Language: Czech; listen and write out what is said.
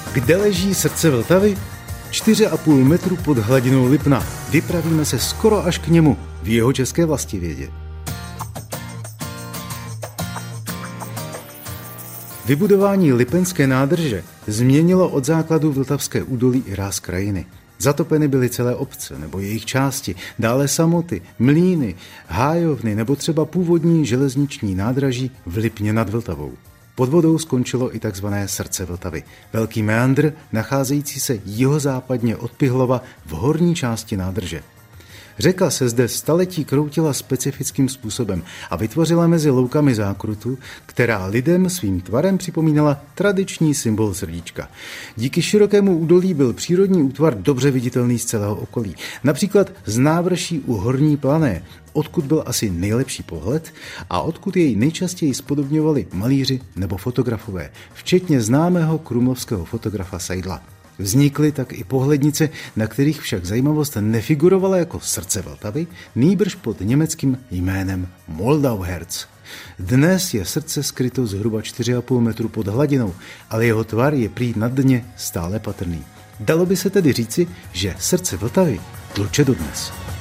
Kde leží srdce Vltavy? 4,5 metru pod hladinou Lipna. Vypravíme se skoro až k němu v jeho české vlastivědě. Vybudování Lipenské nádrže změnilo od základu Vltavské údolí i ráz krajiny. Zatopeny byly celé obce nebo jejich části, dále samoty, mlýny, hájovny nebo třeba původní železniční nádraží v Lipně nad Vltavou. Pod vodou skončilo i takzvané srdce Vltavy, velký meandr nacházející se jihozápadně od Pihlova v horní části nádrže. Řeka se zde staletí kroutila specifickým způsobem a vytvořila mezi loukami zákrutu, která lidem svým tvarem připomínala tradiční symbol srdíčka. Díky širokému údolí byl přírodní útvar dobře viditelný z celého okolí. Například z návrší u Horní Plané, odkud byl asi nejlepší pohled a odkud jej nejčastěji spodobňovali malíři nebo fotografové, včetně známého krumlovského fotografa Seidla. Vznikly tak i pohlednice, na kterých však zajímavost nefigurovala jako srdce Vltavy, nýbrž pod německým jménem Moldauherz. Dnes je srdce skryto zhruba 4,5 metru pod hladinou, ale jeho tvar je prý na dně stále patrný. Dalo by se tedy říci, že srdce Vltavy tluče dodnes.